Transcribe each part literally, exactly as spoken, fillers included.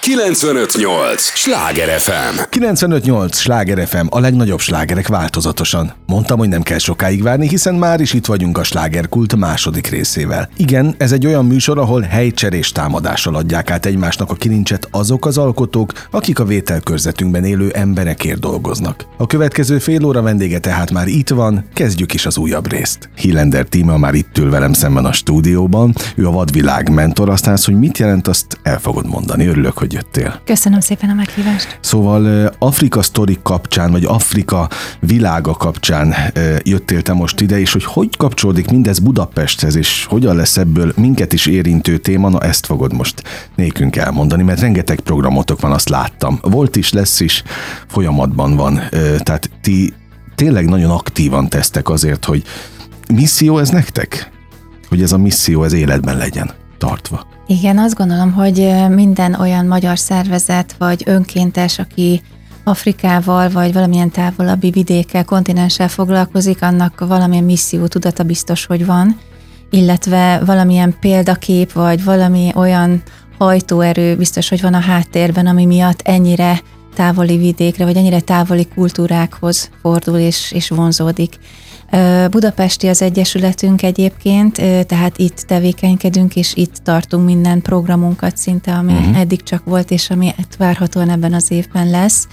kilencvenöt nyolc Sláger ef em. kilencvenöt nyolc Sláger ef em, a legnagyobb slágerek változatosan. Mondtam, hogy nem kell sokáig várni, hiszen már is itt vagyunk a slágerkult második részével. Igen, ez egy olyan műsor, ahol helycserés támadással adják át egymásnak a kilincset azok az alkotók, akik a vételkörzetünkben élő emberekért dolgoznak. A következő fél óra vendége tehát már itt van, kezdjük is az újabb részt. Highlander Tíma már itt ül velem szemben a stúdióban, ő a vadvilág mentor, aztán az, hogy mit jelent, azt el fogod mondani. Örülök, hogy jöttél. Köszönöm szépen a meghívást. Szóval Afrika sztorik kapcsán, vagy Afrika világa kapcsán jöttél te most ide, és hogy hogy kapcsolódik mindez Budapesthez, és hogyan lesz ebből minket is érintő téma, na ezt fogod most nékünk elmondani, mert rengeteg programotok van, azt láttam. Volt is, lesz is, folyamatban van. Tehát ti tényleg nagyon aktívan tesztek azért, hogy misszió ez nektek? Hogy ez a misszió ez életben legyen tartva. Igen, azt gondolom, hogy minden olyan magyar szervezet vagy önkéntes, aki Afrikával vagy valamilyen távolabbi vidékkel, kontinenssel foglalkozik, annak valamilyen misszió tudata biztos, hogy van, illetve valamilyen példakép vagy valami olyan hajtóerő biztos, hogy van a háttérben, ami miatt ennyire távoli vidékre, vagy ennyire távoli kultúrákhoz fordul és, és vonzódik. Budapesti az egyesületünk egyébként, tehát itt tevékenykedünk, és itt tartunk minden programunkat szinte, ami uh-huh. eddig csak volt, és ami várhatóan ebben az évben lesz.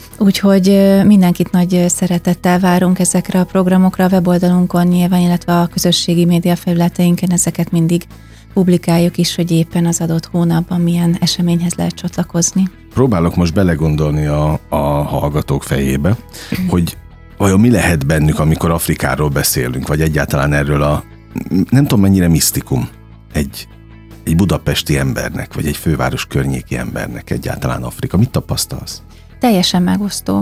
Úgyhogy mindenkit nagy szeretettel várunk ezekre a programokra, a weboldalunkon nyilván, illetve a közösségi média felületeinken ezeket mindig publikáljuk is, hogy éppen az adott hónapban milyen eseményhez lehet csatlakozni. Próbálok most belegondolni a, a hallgatók fejébe, hogy vajon mi lehet bennük, amikor Afrikáról beszélünk, vagy egyáltalán erről a, nem tudom mennyire misztikum egy, egy budapesti embernek, vagy egy főváros környéki embernek egyáltalán Afrika. Mit tapasztalsz? Teljesen megosztó.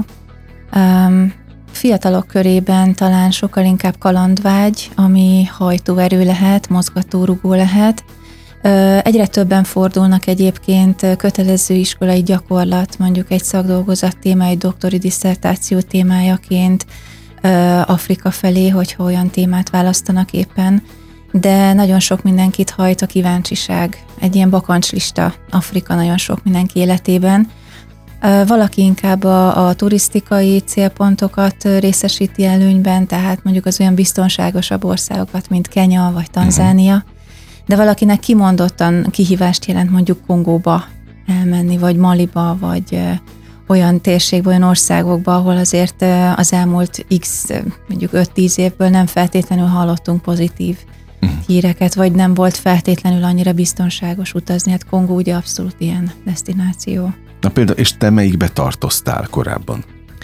Um, fiatalok körében talán sokkal inkább kalandvágy, ami hajtóerő lehet, mozgatórugó lehet. Uh, egyre többen fordulnak egyébként kötelező iskolai gyakorlat, mondjuk egy szakdolgozat témája, egy doktori disszertáció témájaként uh, Afrika felé, hogyha olyan témát választanak éppen, de nagyon sok mindenkit hajt a kíváncsiság. Egy ilyen bakancslista Afrika nagyon sok mindenki életében. Uh, valaki inkább a, a turisztikai célpontokat részesíti előnyben, tehát mondjuk az olyan biztonságosabb országokat, mint Kenya vagy Tanzánia, uh-huh. de valakinek kimondottan kihívást jelent mondjuk Kongóba elmenni, vagy Maliba, vagy ö, olyan térségbe, olyan országokba, ahol azért ö, az elmúlt x, mondjuk öt-tíz évből nem feltétlenül hallottunk pozitív uh-huh. híreket, vagy nem volt feltétlenül annyira biztonságos utazni. Hát Kongó ugye abszolút ilyen desztináció. Na például, és te melyikbe tartoztál korábban?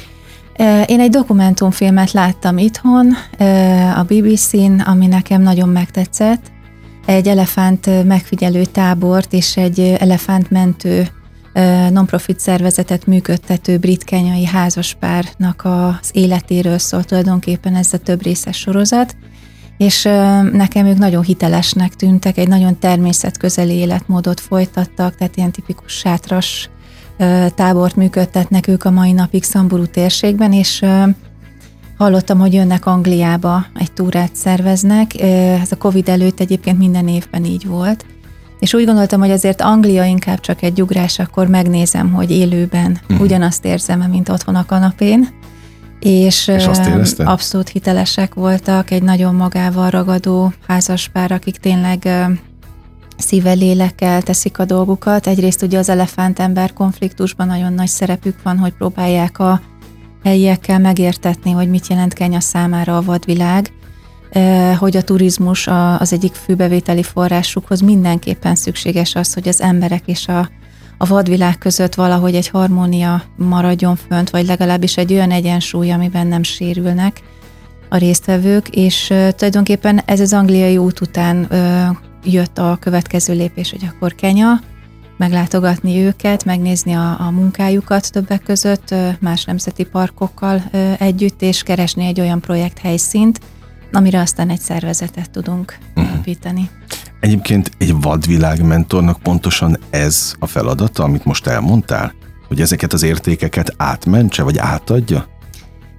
Én egy dokumentumfilmet láttam itthon, a bé bé cén, ami nekem nagyon megtetszett. Egy elefánt megfigyelő tábort és egy elefántmentő non-profit szervezetet működtető brit-kenyai házaspárnak az életéről szól tulajdonképpen ez a több részes sorozat, és nekem ők nagyon hitelesnek tűntek, egy nagyon természetközeli életmódot folytattak, tehát ilyen tipikus sátras tábort működtetnek ők a mai napig Samburu térségben, és hallottam, hogy jönnek Angliába, egy túrát szerveznek, ez a Covid előtt egyébként minden évben így volt, és úgy gondoltam, hogy azért Anglia inkább csak egy ugrás, akkor megnézem, hogy élőben uh-huh. ugyanazt érzem, mint otthon a kanapén, és, és azt érezted? Abszolút hitelesek voltak, egy nagyon magával ragadó házaspár, akik tényleg szívvel, lélekkel teszik a dolgukat. Egyrészt ugye az elefánt-ember konfliktusban nagyon nagy szerepük van, hogy próbálják a helyiekkel megértetni, hogy mit jelent Kenya számára a vadvilág, hogy a turizmus az egyik főbevételi forrásukhoz mindenképpen szükséges az, hogy az emberek és a, a vadvilág között valahogy egy harmónia maradjon fönt, vagy legalábbis egy olyan egyensúly, amiben nem sérülnek a résztvevők, és tulajdonképpen ez az angliai út után jött a következő lépés, hogy akkor Kenya, meglátogatni őket, megnézni a, a munkájukat többek között, más nemzeti parkokkal együtt, és keresni egy olyan projekt helyszínt, amire aztán egy szervezetet tudunk uh-huh. építeni. Egyébként egy vadvilágmentornak pontosan ez a feladata, amit most elmondtál? Hogy ezeket az értékeket átmentse, vagy átadja?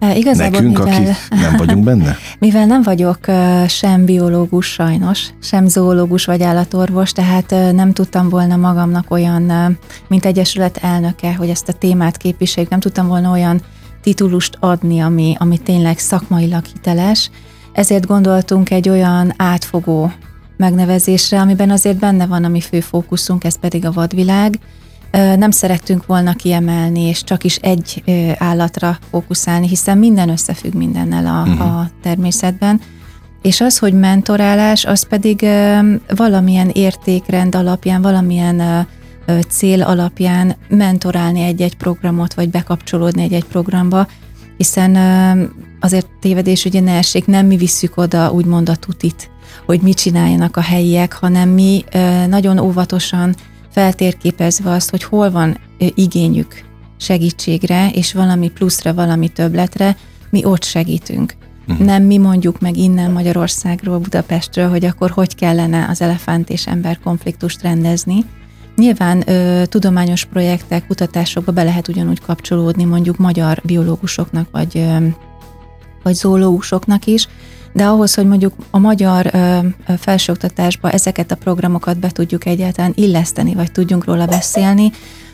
Igazából, Nekünk, mivel, akik nem vagyunk benne? Mivel nem vagyok sem biológus sajnos, sem zoológus vagy állatorvos, tehát nem tudtam volna magamnak olyan, mint egyesület elnöke, hogy ezt a témát képviseljük, nem tudtam volna olyan titulust adni, ami, ami tényleg szakmailag hiteles, ezért gondoltunk egy olyan átfogó megnevezésre, amiben azért benne van a mi fő fókuszunk, ez pedig a vadvilág. Nem szerettünk volna kiemelni, és csak is egy állatra fókuszálni, hiszen minden összefügg mindennel a, uh-huh. a természetben. És az, hogy mentorálás, az pedig valamilyen értékrend alapján, valamilyen cél alapján mentorálni egy-egy programot, vagy bekapcsolódni egy-egy programba, hiszen azért tévedés ugye ne essék, nem mi visszük oda úgymond a tutit, hogy mit csináljanak a helyiek, hanem mi nagyon óvatosan feltérképezve azt, hogy hol van igényük segítségre, és valami pluszra, valami többletre, mi ott segítünk. Uh-huh. Nem mi mondjuk meg innen Magyarországról, Budapestről, hogy akkor hogy kellene az elefánt és ember konfliktust rendezni. Nyilván ö, tudományos projektek, kutatásokba be lehet ugyanúgy kapcsolódni mondjuk magyar biológusoknak, vagy, ö, vagy zoológusoknak is, de ahhoz, hogy mondjuk a magyar ö, felsőoktatásba ezeket a programokat be tudjuk egyáltalán illeszteni, vagy tudjunk róla beszélni,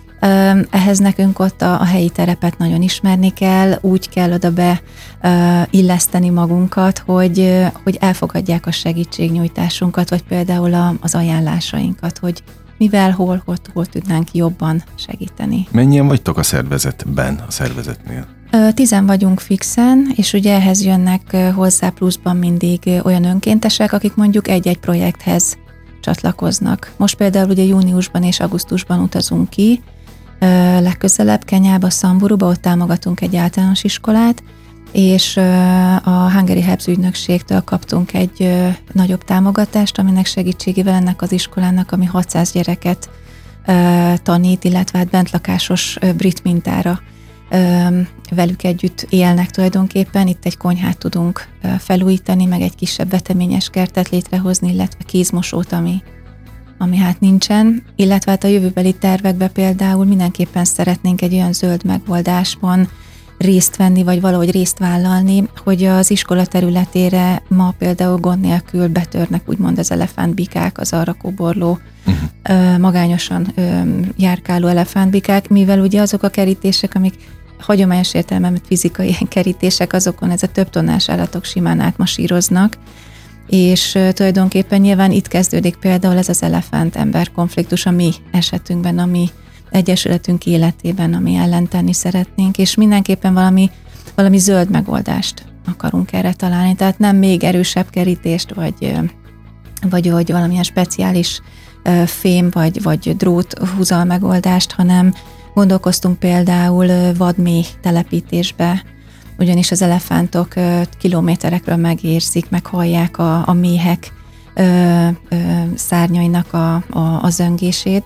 ö, ehhez nekünk ott a, a helyi terepet nagyon ismerni kell, úgy kell oda be ö, illeszteni magunkat, hogy, ö, hogy elfogadják a segítségnyújtásunkat, vagy például a, az ajánlásainkat, hogy mivel, hol, hol, hol tudnánk jobban segíteni. Mennyien vagytok a szervezetben, a szervezetnél? Tizen vagyunk fixen, és ugye ehhez jönnek hozzá pluszban mindig olyan önkéntesek, akik mondjuk egy-egy projekthez csatlakoznak. Most például ugye júniusban és augusztusban utazunk ki, legközelebb Kenyába, Szamburuba, ott támogatunk egy általános iskolát, és a Hungary Helps ügynökségtől kaptunk egy nagyobb támogatást, aminek segítségével ennek az iskolának, ami hatszáz gyereket tanít, illetve hát bentlakásos brit mintára velük együtt élnek tulajdonképpen. Itt egy konyhát tudunk felújítani, meg egy kisebb veteményes kertet létrehozni, illetve kézmosót, ami, ami hát nincsen. Illetve hát a jövőbeli tervekben például mindenképpen szeretnénk egy olyan zöld megoldásban részt venni, vagy valahogy részt vállalni, hogy az iskola területére ma például gond nélkül betörnek úgymond az elefántbikák, az arra kóborló, uh-huh. magányosan járkáló elefántbikák, mivel ugye azok a kerítések, amik hagyományos értelemben fizikai kerítések, azokon ez a több tonnás állatok simán átmasíroznak, és tulajdonképpen nyilván itt kezdődik például ez az elefánt-ember konfliktus a mi esetünkben, ami egyesületünk életében, ami ellen tenni szeretnénk, és mindenképpen valami, valami zöld megoldást akarunk erre találni. Tehát nem még erősebb kerítést, vagy, vagy, vagy valamilyen speciális fém, vagy, vagy drót húzal megoldást, hanem gondolkoztunk például vadméh telepítésbe, ugyanis az elefántok kilométerekről megérzik, meghallják a, a méhek ö, ö, szárnyainak a, a, a zöngését.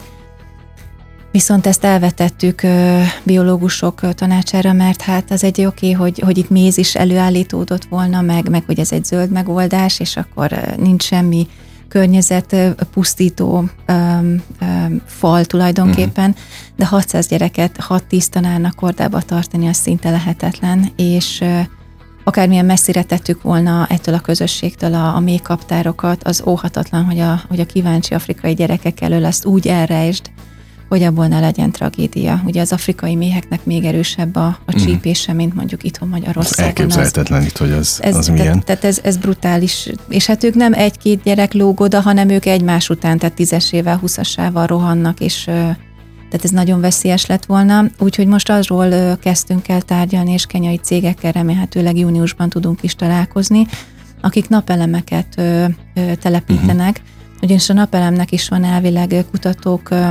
Viszont ezt elvetettük ö, biológusok tanácsára, mert hát az egy oké, okay, hogy, hogy itt méz is előállítódott volna, meg, meg hogy ez egy zöld megoldás, és akkor nincs semmi környezet pusztító öm, öm, fal tulajdonképpen, uh-huh. de hatszáz gyereket hat-tíz tanárnak kordába tartani, az szinte lehetetlen, és ö, akármilyen messzire tettük volna ettől a közösségtől a, a méhkaptárokat, az óhatatlan, hogy a, hogy a kíváncsi afrikai gyerekek elől ezt úgy elrejtsd, hogy abból ne legyen tragédia. Ugye az afrikai méheknek még erősebb a, a csípése, mint mondjuk itthon Magyarországon. Elképzelhetetlen itt, hogy az, ez, az tehát, milyen. Tehát ez, ez brutális. És hát ők nem egy-két gyerek lóg oda, hanem ők egymás után, tehát tízesével, huszasával rohannak, és tehát ez nagyon veszélyes lett volna. Úgyhogy most azról kezdtünk el tárgyalni, és kenyai cégekkel remélhetőleg júniusban tudunk is találkozni, akik napelemeket ö, ö, telepítenek. Uh-huh. Ugyanis a napelemnek is van elvileg kutatók, ö,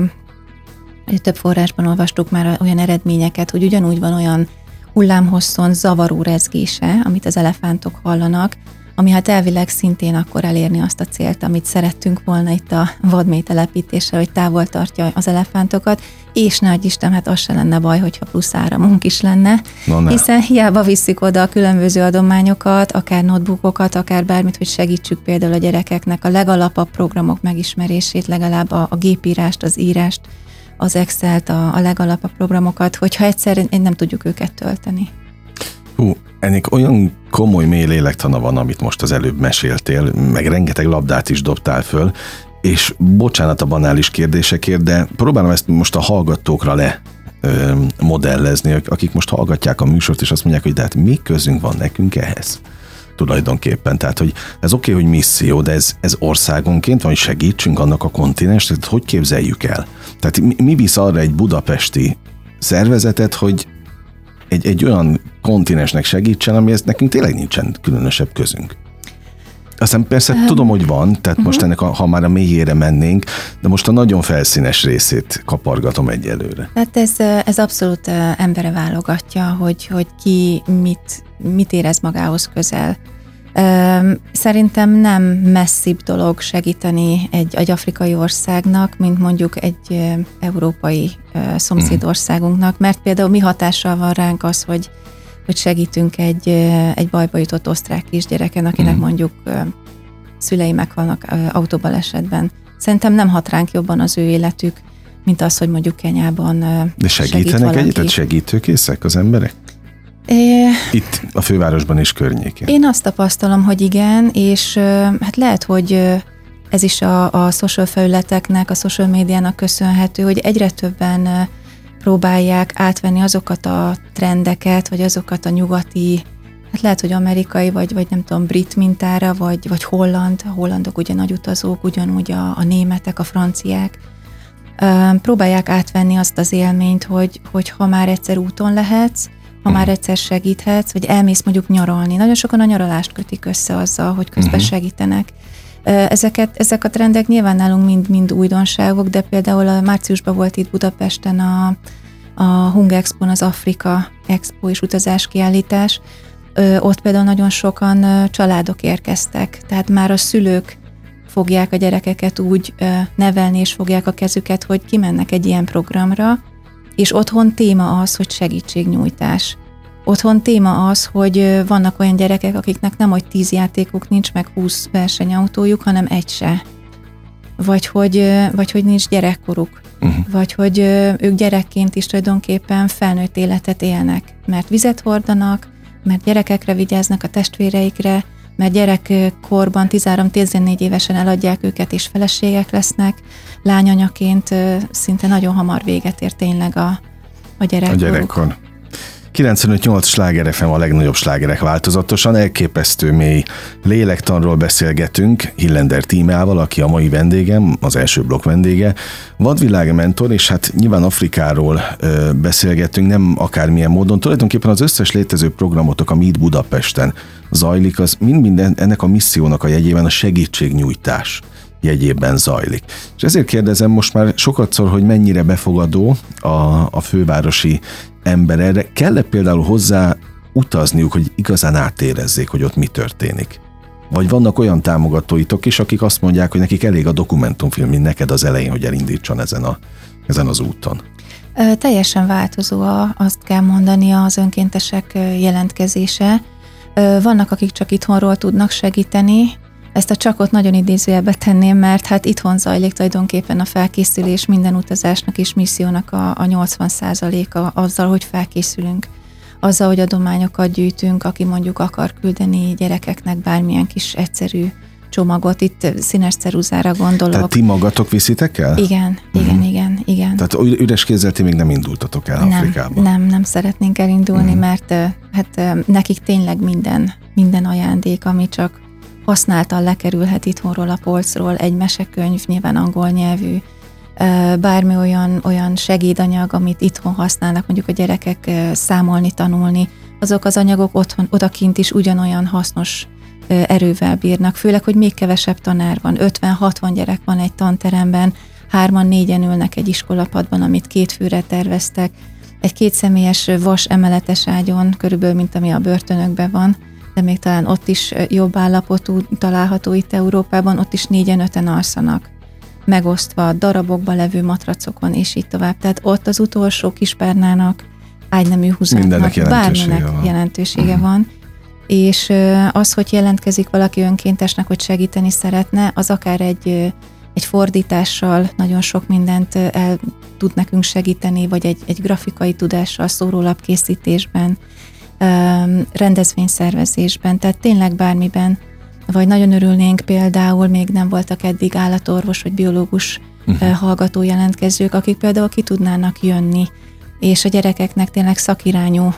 több forrásban olvastuk már olyan eredményeket, hogy ugyanúgy van olyan hullámhosszon zavaró rezgése, amit az elefántok hallanak, ami hát elvileg szintén akkor elérni azt a célt, amit szerettünk volna itt a vadméh telepítéssel, hogy távol tartja az elefántokat, és nagy Isten, hát az se lenne baj, hogyha plusz áramunk is lenne, no, hiszen hiába visszük oda a különböző adományokat, akár notebookokat, akár bármit, hogy segítsük például a gyerekeknek a legalapabb programok megismerését, legalább a, a gépírást, az írást, az Excelt, a, a legalapabb programokat, hogyha egyszer nem tudjuk őket tölteni. Hú, ennek olyan komoly mély lélektana van, amit most az előbb meséltél, meg rengeteg labdát is dobtál föl, és bocsánat a banális kérdésekért, de próbálom ezt most a hallgatókra le ö, modellezni, akik most hallgatják a műsort, és azt mondják, hogy de hát mi közünk van nekünk ehhez tulajdonképpen. Tehát, hogy ez oké, okay, hogy misszió, de ez, ez országonként van, hogy segítsünk annak a kontinens, tehát hogy képzeljük el? Tehát mi, mi visz arra egy budapesti szervezetet, hogy egy, egy olyan kontinensnek segítsen, amihez nekünk tényleg nincsen különösebb közünk. Aztán persze um, tudom, hogy van, tehát uh-huh. most ennek, a, ha már a mélyére mennénk, de most a nagyon felszínes részét kapargatom egyelőre. Tehát ez, ez abszolút embere válogatja, hogy, hogy ki mit, mit érez magához közel. Szerintem nem messzibb dolog segíteni egy, egy afrikai országnak, mint mondjuk egy európai szomszédországunknak, mert például mi hatással van ránk az, hogy, hogy segítünk egy, egy bajba jutott osztrák kisgyereken, akinek mondjuk szülei meghalnak autóbalesetben. Szerintem nem hat ránk jobban az ő életük, mint az, hogy mondjuk Kenyában De segítenek egyet? Tehát segítőkészek az emberek? É, Itt a fővárosban is környékén. Én azt tapasztalom, hogy igen, és hát lehet, hogy ez is a, a social felületeknek, a social médiának köszönhető, hogy egyre többen próbálják átvenni azokat a trendeket, vagy azokat a nyugati, hát lehet, hogy amerikai, vagy, vagy nem tudom, brit mintára, vagy, vagy holland, a hollandok ugye nagy utazók, ugyanúgy a, a németek, a franciák, próbálják átvenni azt az élményt, hogy, hogy ha már egyszer úton lehetsz, ha már egyszer segíthetsz, vagy elmész mondjuk nyaralni. Nagyon sokan a nyaralást kötik össze azzal, hogy közben uh-huh. segítenek. Ezeket, ezek a trendek nyilván nálunk mind, mind újdonságok, de például a márciusban volt itt Budapesten a, a Hung Expon, az Afrika Expo és utazáskiállítás. Ott például nagyon sokan családok érkeztek, tehát már a szülők fogják a gyerekeket úgy nevelni, és fogják a kezüket, hogy kimennek egy ilyen programra, és otthon téma az, hogy segítségnyújtás. Otthon téma az, hogy vannak olyan gyerekek, akiknek nem, hogy tíz játékuk nincs, meg húsz versenyautójuk, hanem egy se. Vagy hogy, vagy hogy nincs gyerekkoruk. Uh-huh. Vagy hogy ők gyerekként is tulajdonképpen felnőtt életet élnek. Mert vizet hordanak, mert gyerekekre vigyáznak, a testvéreikre, mert gyerekkorban tizenhárom-tizennégy évesen eladják őket, és feleségek lesznek. Lányanyaként szinte nagyon hamar véget ér tényleg a, a gyerekkoruk. A gyerekkor. kilencvenöt nyolc Sláger ef em, a legnagyobb slágerek változatosan, elképesztő mély lélektanról beszélgetünk Hillender Tímeával, aki a mai vendégem, az első blokk vendége, vadvilág mentor, és hát nyilván Afrikáról ö, beszélgetünk, nem akármilyen módon. Tulajdonképpen az összes létező programotok, ami itt Budapesten zajlik, az mind-mind ennek a missziónak a jegyében a segítségnyújtás jegyében zajlik. És ezért kérdezem most már sokatszor, hogy mennyire befogadó a, a fővárosi ember erre. Kell-e például hozzá utazniuk, hogy igazán átérezzék, hogy ott mi történik? Vagy vannak olyan támogatóitok is, akik azt mondják, hogy nekik elég a dokumentumfilm, mint neked az elején, hogy elindítson ezen, a, ezen az úton? Ö, teljesen változó, a, azt kell mondani, az önkéntesek jelentkezése. Ö, vannak, akik csak itthonról tudnak segíteni. Ezt a csakot nagyon idézőjelbe tenném, mert hát itthon zajlik tulajdonképpen a felkészülés, minden utazásnak és missziónak a, a nyolcvan százaléka azzal, hogy felkészülünk. Azzal, hogy adományokat gyűjtünk, aki mondjuk akar küldeni gyerekeknek bármilyen kis egyszerű csomagot, itt színes ceruzára gondolok. Tehát ti magatok viszitek el? Igen, igen, uh-huh. igen, igen. Tehát üres kézzel ti még nem indultatok el nem, Afrikába? Nem, nem szeretnénk elindulni, uh-huh. mert hát nekik tényleg minden, minden ajándék, ami csak használtan lekerülhet itthonról a polcról, egy mesekönyv, nyilván angol nyelvű, bármi olyan, olyan segédanyag, amit itthon használnak, mondjuk a gyerekek számolni, tanulni, azok az anyagok otthon, odakint is ugyanolyan hasznos erővel bírnak, főleg, hogy még kevesebb tanár van, ötven-hatvan gyerek van egy tanteremben, hárman, négyen ülnek egy iskolapadban, amit két főre terveztek, egy kétszemélyes vas emeletes ágyon, körülbelül, mint ami a börtönökben van, de még talán ott is jobb állapotú található itt Európában, ott is négyen-öten alszanak, megosztva darabokba levő matracokon, és így tovább. Tehát ott az utolsó kispárnának, ágynemű húzáknak, bárminek jelentősége uh-huh. van. És az, hogy jelentkezik valaki önkéntesnek, hogy segíteni szeretne, az akár egy, egy fordítással nagyon sok mindent el tud nekünk segíteni, vagy egy, egy grafikai tudással, szórólapkészítésben, rendezvényszervezésben, tehát tényleg bármiben, vagy nagyon örülnénk például, még nem voltak eddig állatorvos vagy biológus uh-huh. hallgató jelentkezők, akik például ki tudnának jönni, és a gyerekeknek tényleg szakirányú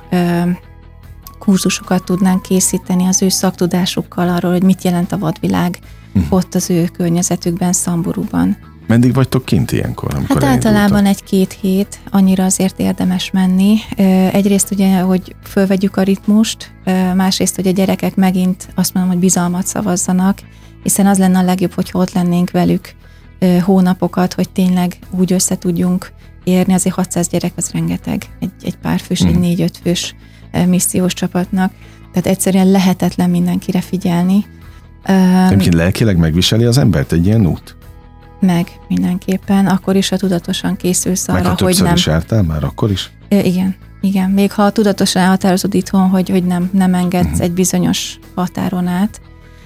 kurzusokat tudnánk készíteni az ő szaktudásukkal arról, hogy mit jelent a vadvilág uh-huh. ott az ő környezetükben, Samburuban. Meddig vagytok kint ilyenkor? Hát általában egy-két hét, annyira azért érdemes menni. Egyrészt ugye, hogy fölvegyük a ritmust, másrészt, hogy a gyerekek megint azt mondom, hogy bizalmat szavazzanak, hiszen az lenne a legjobb, hogyha ott lennénk velük hónapokat, hogy tényleg úgy össze tudjunk érni, azért hatszáz gyerek az rengeteg, egy, egy pár fős, hmm. egy négy-öt fős missziós csapatnak, tehát egyszerűen lehetetlen mindenkire figyelni. Egyébként lelkileg megviseli az embert egy ilyen út? Meg mindenképpen, akkor is, ha tudatosan készülsz arra, meg ha hogy nem. Is jártál már, akkor is? Igen, igen. Még ha tudatosan elhatározod itthon, hogy, hogy nem, nem engedsz uh-huh. egy bizonyos határon át.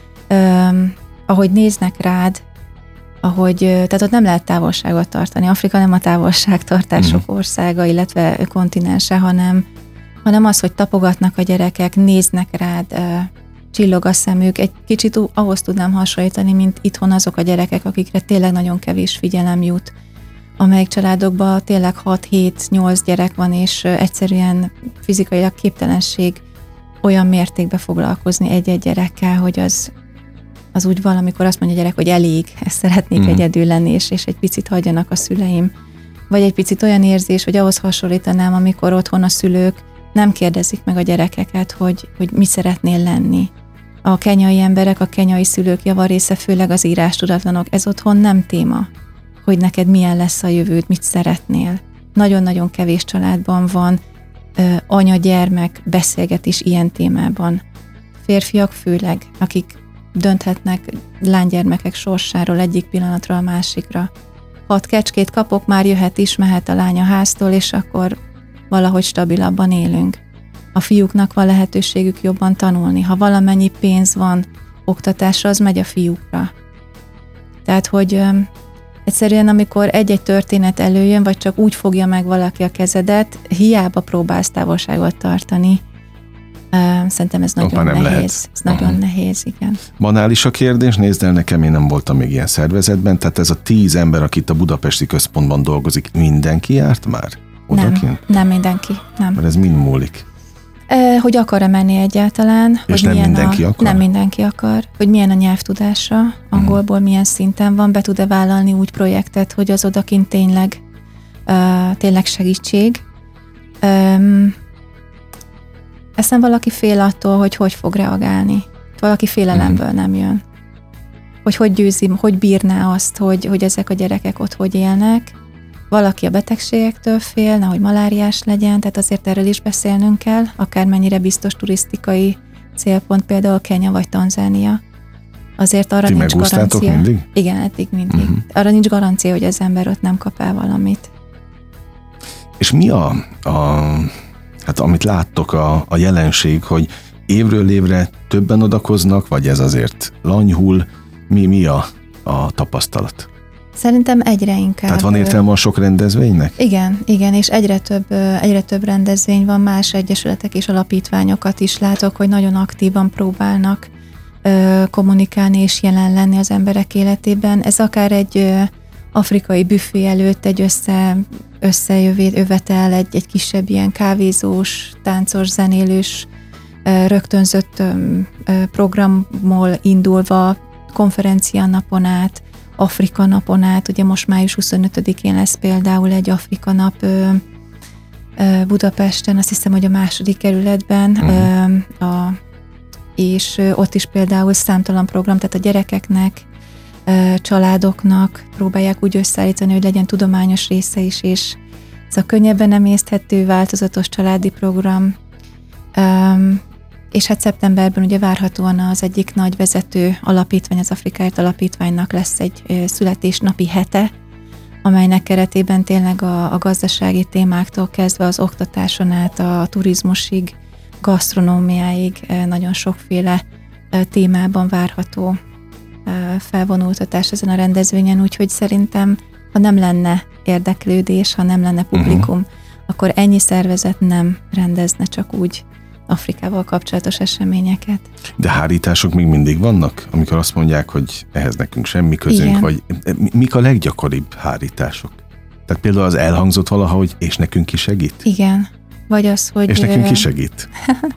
Um, ahogy néznek rád, ahogy, tehát ott nem lehet távolságot tartani. Afrika nem a távolságtartások uh-huh. országa, illetve kontinense, hanem, hanem az, hogy tapogatnak a gyerekek, néznek rád, uh, csillog a szemük. Egy kicsit ahhoz tudnám hasonlítani, mint itthon azok a gyerekek, akikre tényleg nagyon kevés figyelem jut, amelyik családokban tényleg hat-hét-nyolc gyerek van, és egyszerűen fizikailag képtelenség olyan mértékben foglalkozni egy-egy gyerekkel, hogy az, az úgy valamikor azt mondja a gyerek, hogy elég, ezt szeretnék mm. egyedül lenni, és, és egy picit hagyjanak a szüleim. Vagy egy picit olyan érzés, hogy ahhoz hasonlítanám, amikor otthon a szülők nem kérdezik meg a gyerekeket, hogy, hogy mit szeretnél lenni. A kenyai emberek, a kenyai szülők javarésze, főleg az írástudatlanok, ez otthon nem téma, hogy neked milyen lesz a jövőd, mit szeretnél. Nagyon-nagyon kevés családban van ö, anya-gyermek beszélgetés ilyen témában. Férfiak főleg, akik dönthetnek lánygyermekek sorsáról egyik pillanatra a másikra. Hat kecskét kapok, már jöhet is, mehet a lány a háztól, és akkor valahogy stabilabban élünk. A fiúknak van lehetőségük jobban tanulni. Ha valamennyi pénz van oktatásra, az megy a fiúkra. Tehát, hogy ö, egyszerűen amikor egy-egy történet előjön, vagy csak úgy fogja meg valaki a kezedet, hiába próbálsz távolságot tartani. Uh, szerintem ez nagyon nehéz. Lehet. Ez nagyon uh-huh. nehéz, igen. Banális a kérdés, nézd el nekem, én nem voltam még ilyen szervezetben, tehát ez a tíz ember, aki itt a budapesti központban dolgozik, mindenki járt már? Odakint? Nem, nem mindenki, nem. Mert ez mind múlik. Uh, hogy akar-e menni egyáltalán? És hogy nem mindenki a, akar? Nem mindenki akar. Hogy milyen a nyelvtudása, angolból uh-huh. milyen szinten van, be tud-e vállalni úgy projektet, hogy az odakint tényleg, uh, tényleg segítség. Um, Aztán valaki fél attól, hogy hogy fog reagálni. Valaki félelemből nem jön. Hogy hogy győzi, hogy bírná azt, hogy, hogy ezek a gyerekek ott hogy élnek. Valaki a betegségektől fél, nehogy maláriás legyen, tehát azért erről is beszélnünk kell, akármennyire biztos turisztikai célpont, például Kenya vagy Tanzánia. Azért arra Ti nincs garancia. Mindig? Igen, eddig mindig. Uh-huh. Arra nincs garancia, hogy az ember ott nem kap el valamit. És mi a... a... Hát amit láttok a, a jelenség, hogy évről évre többen odakoznak, vagy ez azért lanyhul, mi, mi a, a tapasztalat? Szerintem egyre inkább. Tehát van értelme a sok rendezvénynek? Igen, igen, és egyre több, egyre több rendezvény van, más egyesületek és alapítványokat is látok, hogy nagyon aktívan próbálnak ö, kommunikálni és jelen lenni az emberek életében. Ez akár egy ö, afrikai büfé előtt egy össze, összejövetel, egy, egy kisebb ilyen kávézós, táncos, zenélős, rögtönzött programból indulva, konferencia napon át, Afrika napon át, ugye most május huszonötödikén lesz például egy Afrika nap Budapesten, azt hiszem, hogy a második kerületben, uh-huh. a, és ott is például számtalan program, tehát a gyerekeknek, családoknak próbálják úgy összeállítani, hogy legyen tudományos része is, és ez a könnyebben emészthető, változatos családi program. Um, és hát szeptemberben ugye várhatóan az egyik nagy vezető alapítvány, az Afrikáért Alapítványnak lesz egy uh, születésnapi hete, amelynek keretében tényleg a, a gazdasági témáktól kezdve az oktatáson át a, a turizmusig, gasztronómiáig uh, nagyon sokféle uh, témában várható felvonultatás ezen a rendezvényen, úgyhogy szerintem, ha nem lenne érdeklődés, ha nem lenne publikum, uh-huh. akkor ennyi szervezet nem rendezne csak úgy Afrikával kapcsolatos eseményeket. De hárítások még mindig vannak, amikor azt mondják, hogy ehhez nekünk semmi közünk, Igen. vagy mik a leggyakoribb hárítások? Tehát például az elhangzott valaha, hogy és nekünk ki segít? Igen. Vagy az, hogy... És nekünk ki segít?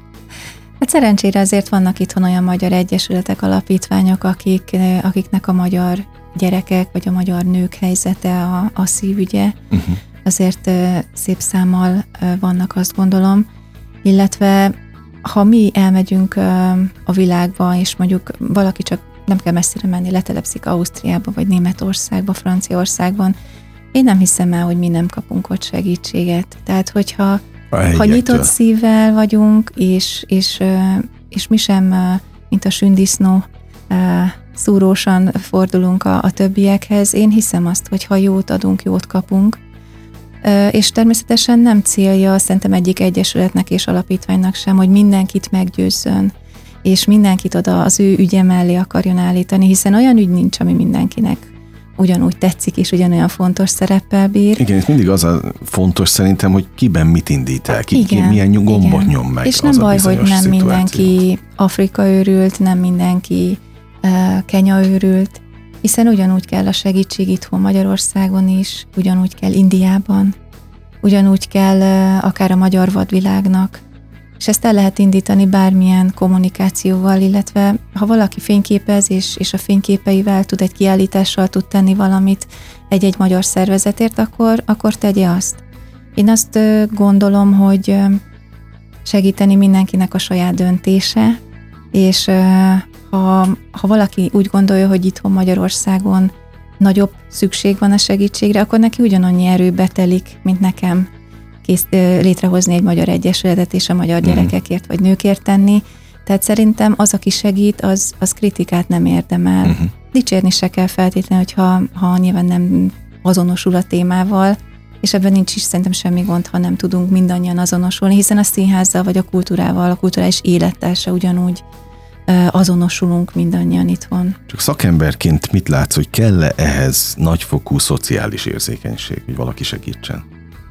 Hát szerencsére azért vannak itthon olyan magyar egyesületek, alapítványok, akik, akiknek a magyar gyerekek, vagy a magyar nők helyzete a, a szívügye. Uh-huh. Azért szép számmal vannak, azt gondolom. Illetve ha mi elmegyünk a világba, és mondjuk valaki csak nem kell messzire menni, letelepszik Ausztriába, vagy Németországba, Franciaországban, én nem hiszem el, hogy mi nem kapunk ott segítséget. Tehát, hogyha ha nyitott szívvel vagyunk, és, és, és mi sem, mint a sündisznó, szúrósan fordulunk a, a többiekhez, én hiszem azt, hogy ha jót adunk, jót kapunk, és természetesen nem célja szerintem egyik egyesületnek és alapítványnak sem, hogy mindenkit meggyőzzön, és mindenkit oda az ő ügye mellé akarjon állítani, hiszen olyan ügy nincs, ami mindenkinek ugyanúgy tetszik, és ugyanolyan fontos szereppel bír. Igen, és mindig az a fontos szerintem, hogy kiben mit indít el, ki, igen, ki milyen gombot nyom meg. És nem baj, hogy nem szituáció. Mindenki Afrika őrült, nem mindenki uh, Kenya őrült, hiszen ugyanúgy kell a segítség itthon Magyarországon is, ugyanúgy kell Indiában, ugyanúgy kell uh, akár a magyar vadvilágnak, és ezt el lehet indítani bármilyen kommunikációval, illetve ha valaki fényképez, és, és a fényképeivel tud egy kiállítással tud tenni valamit egy-egy magyar szervezetért, akkor, akkor tegye azt. Én azt uh, gondolom, hogy uh, segíteni mindenkinek a saját döntése, és uh, ha, ha valaki úgy gondolja, hogy itthon Magyarországon nagyobb szükség van a segítségre, akkor neki ugyanannyi erőbe telik, mint nekem kész, létrehozni egy magyar egyesületet és a magyar gyerekekért vagy nőkért tenni. Tehát szerintem az, aki segít, az, az kritikát nem érdemel. Uh-huh. Dicsérni se kell feltétlenül, hogyha ha nyilván nem azonosul a témával, és ebben nincs is szerintem semmi gond, ha nem tudunk mindannyian azonosulni, hiszen a színházzal vagy a kultúrával, a kulturális élettel se ugyanúgy azonosulunk mindannyian itthon. Csak szakemberként mit látsz, hogy kell-e ehhez nagyfokú szociális érzékenység, hogy valaki segítsen?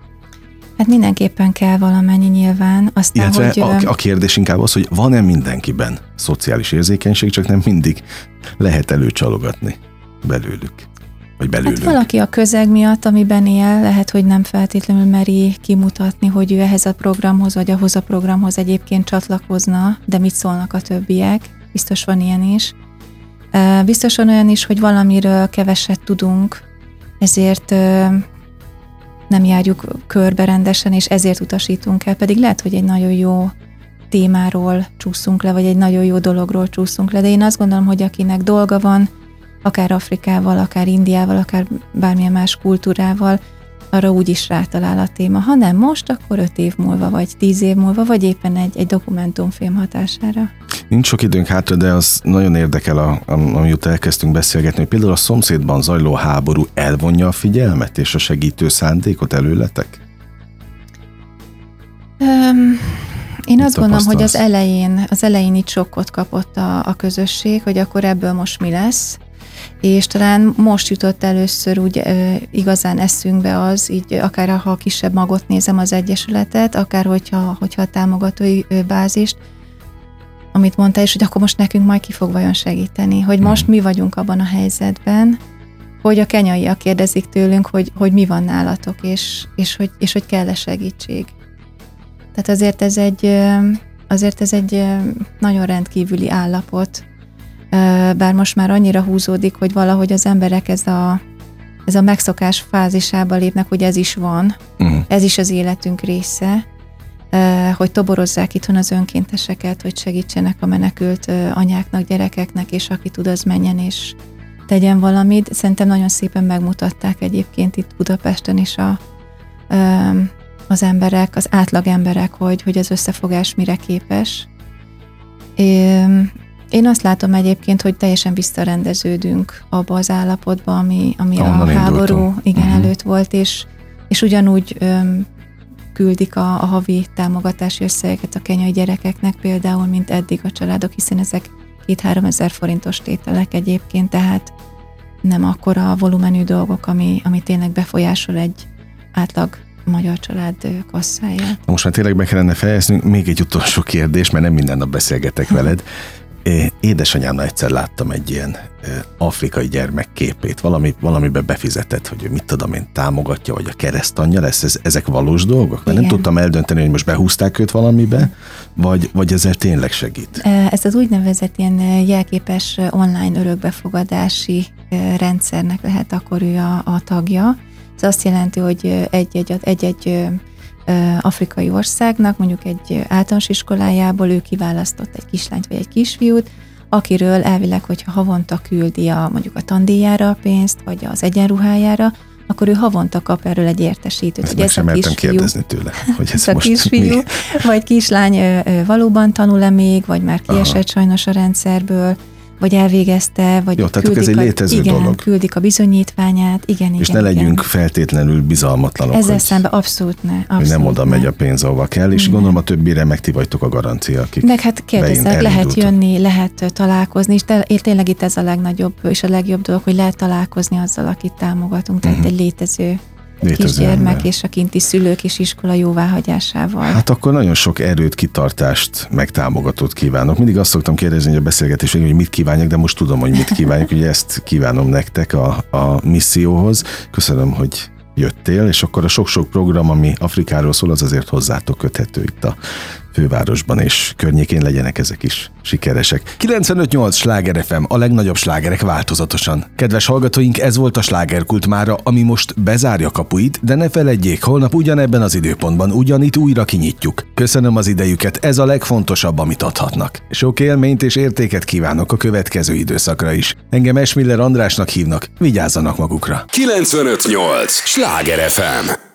Hát mindenképpen kell valamennyi nyilván. Aztán, Illetve hogy, a, a kérdés inkább az, hogy van-e mindenkiben szociális érzékenység, csak nem mindig lehet előcsalogatni belőlük, vagy belőlük. Hát valaki a közeg miatt, amiben él, lehet, hogy nem feltétlenül meri kimutatni, hogy ő ehhez a programhoz, vagy ahhoz a programhoz egyébként csatlakozna, de mit szólnak a többiek. Biztos van ilyen is. Biztos van olyan is, hogy valamiről keveset tudunk, ezért nem járjuk körbe rendesen, és ezért utasítunk el, pedig lehet, hogy egy nagyon jó témáról csúszunk le, vagy egy nagyon jó dologról csúszunk le, de én azt gondolom, hogy akinek dolga van, akár Afrikával, akár Indiával, akár bármilyen más kultúrával, arra úgy is rátalál a téma. Ha nem most, akkor öt év múlva, vagy tíz év múlva, vagy éppen egy, egy dokumentumfilm hatására. Nincs sok időnk hátra, de az nagyon érdekel, a, amióta elkezdtünk beszélgetni, hogy például a szomszédban zajló háború elvonja a figyelmet és a segítő szándékot előletek? Um, én azt gondolom, hogy az elején, az elején itt sokkot kapott a, a közösség, hogy akkor ebből most mi lesz, és talán most jutott először úgy e, igazán eszünkbe az, így akár ha kisebb magot nézem az egyesületet, akár hogyha, hogyha a támogatói bázist, amit mondtál is, hogy akkor most nekünk majd ki fog vajon segíteni, hogy most mi vagyunk abban a helyzetben, hogy a kenyaiak kérdezik tőlünk, hogy, hogy mi van nálatok, és, és, hogy, és hogy kell-e segítség. Tehát azért ez egy, azért ez egy nagyon rendkívüli állapot, bár most már annyira húzódik, hogy valahogy az emberek ez a, ez a megszokás fázisába lépnek, hogy ez is van, uh-huh. ez is az életünk része, hogy toborozzák itthon az önkénteseket, hogy segítsenek a menekült anyáknak, gyerekeknek, és aki tud, az menjen és tegyen valamit. Szerintem nagyon szépen megmutatták egyébként itt Budapesten is a, az emberek, az átlag emberek, hogy, hogy az összefogás mire képes. Én azt látom egyébként, hogy teljesen visszarendeződünk abba az állapotba, ami, ami a háború igen, uh-huh. előtt volt, és, és ugyanúgy öm, küldik a, a havi támogatási összegeket a kenyai gyerekeknek például, mint eddig a családok, hiszen ezek két-három ezer forintos tételek egyébként, tehát nem akkora a volumenű dolgok, ami, ami tényleg befolyásol egy átlag magyar család kasszáját. Most már tényleg be kellene fejeznünk. Még egy utolsó kérdés, mert nem minden nap beszélgetek veled. Édesanyámnál egyszer láttam egy ilyen afrikai gyermek képét, valami, valamiben befizetett, hogy mit tudom én, támogatja, vagy a keresztanyja lesz, ez, ezek valós dolgok? Mert nem tudtam eldönteni, hogy most behúzták őt valamibe, vagy, vagy ezzel tényleg segít? Ez az úgynevezett ilyen jelképes online örökbefogadási rendszernek lehet akkor ő a, a tagja. Ez azt jelenti, hogy egy-egy, egy-egy afrikai országnak, mondjuk egy általános iskolájából ő kiválasztott egy kislányt vagy egy kisfiút, akiről elvileg, hogyha havonta küldi a, mondjuk a tandíjára a pénzt, vagy az egyenruhájára, akkor ő havonta kap erről egy értesítőt. Ezt meg sem mertem kérdezni tőle, hogy ez a most kisfiú, mi? Vagy kislány valóban tanul-e még, vagy már kiesett Aha. sajnos a rendszerből, vagy elvégezte, vagy Jó, tehát ez egy létező a, igen, dolog. küldik a bizonyítványát, igen, És igen. ne legyünk igen. feltétlenül bizalmatlanok. Ezzel szemben abszolút ne. Abszolút hogy nem oda ne. megy a pénz, ahova kell, és ne. Gondolom a többire meg ti vagytok a garancia, akik meg hát kérdezzek, lehet jönni, lehet találkozni, és te, tényleg itt ez a legnagyobb és a legjobb dolog, hogy lehet találkozni azzal, akit támogatunk, tehát uh-huh. egy létező kisgyermek és a kinti szülők és iskola jóváhagyásával. Hát akkor nagyon sok erőt, kitartást, meg támogatót kívánok. Mindig azt szoktam kérdezni, hogy a beszélgetés végén, hogy mit kívánjak, de most tudom, hogy mit kívánok. Ugye ezt kívánom nektek a, a misszióhoz. Köszönöm, hogy jöttél, és akkor a sok-sok program, ami Afrikáról szól, az azért hozzátok köthető itt a fővárosban, és környékén legyenek ezek is sikeresek. kilencvenöt nyolc Sláger ef em, a legnagyobb slágerek változatosan. Kedves hallgatóink, ez volt a Slágerkult mára, ami most bezárja kapuit, de ne feledjék, holnap ugyanebben az időpontban ugyanitt újra kinyitjuk. Köszönöm az idejüket, ez a legfontosabb, amit adhatnak. Sok élményt és értéket kívánok a következő időszakra is. Engem Esmiller Andrásnak hívnak, vigyázzanak magukra. kilencvenöt nyolc Sláger ef em